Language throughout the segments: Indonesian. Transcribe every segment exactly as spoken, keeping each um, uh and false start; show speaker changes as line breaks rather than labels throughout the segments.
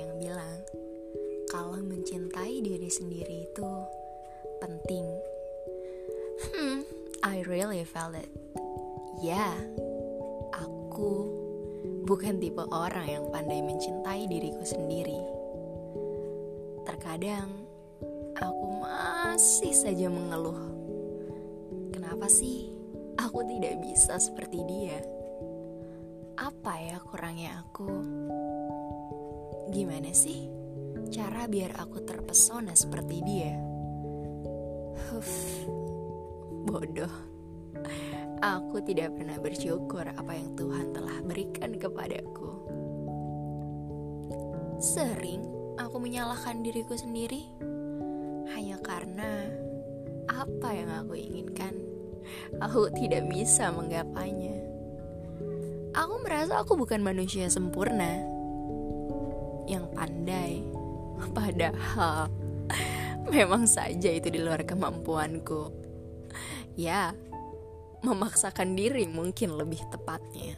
yang bilang kalau mencintai diri sendiri itu penting. Hmm, I really felt it. Ya, aku bukan tipe orang yang pandai mencintai diriku sendiri. Terkadang aku masih saja mengeluh. Kenapa sih aku tidak bisa seperti dia? Apa ya kurangnya aku? Gimana sih cara biar aku terpesona seperti dia? Huff, bodoh. Aku tidak pernah bersyukur apa yang Tuhan telah berikan kepadaku. Sering aku menyalahkan diriku sendiri hanya karena apa yang aku inginkan aku tidak bisa menggapainya. Aku merasa aku bukan manusia sempurna yang pandai, padahal memang saja itu di luar kemampuanku. Ya, memaksakan diri mungkin lebih tepatnya.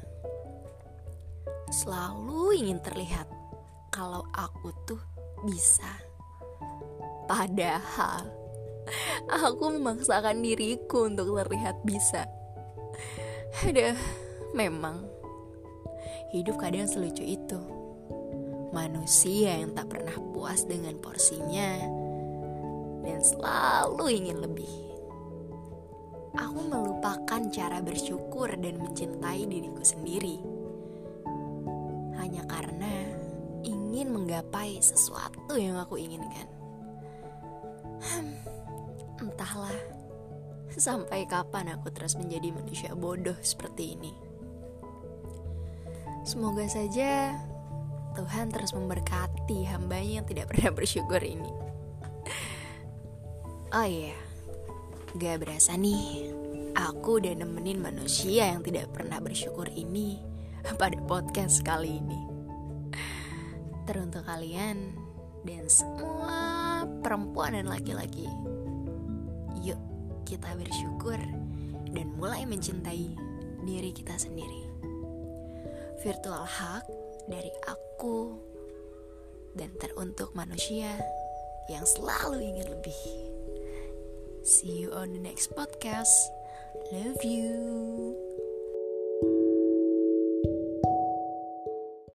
Selalu ingin terlihat kalau aku tuh bisa, padahal aku memaksakan diriku untuk terlihat bisa. Aduh, memang hidup kadang selucu itu. Manusia yang tak pernah puas dengan porsinya dan selalu ingin lebih. Aku melupakan cara bersyukur dan mencintai diriku sendiri hanya karena ingin menggapai sesuatu yang aku inginkan. Hmm, entahlah, sampai kapan aku terus menjadi manusia bodoh seperti ini. Semoga saja Tuhan terus memberkati hambanya yang tidak pernah bersyukur ini. Oh iya, gak berasa nih, aku udah nemenin manusia yang tidak pernah bersyukur ini pada podcast kali ini. Teruntuk kalian dan semua perempuan dan laki-laki, yuk kita bersyukur dan mulai mencintai diri kita sendiri. Virtual hug dari aku dan teruntuk manusia yang selalu ingin lebih. See you on the next podcast. Love you.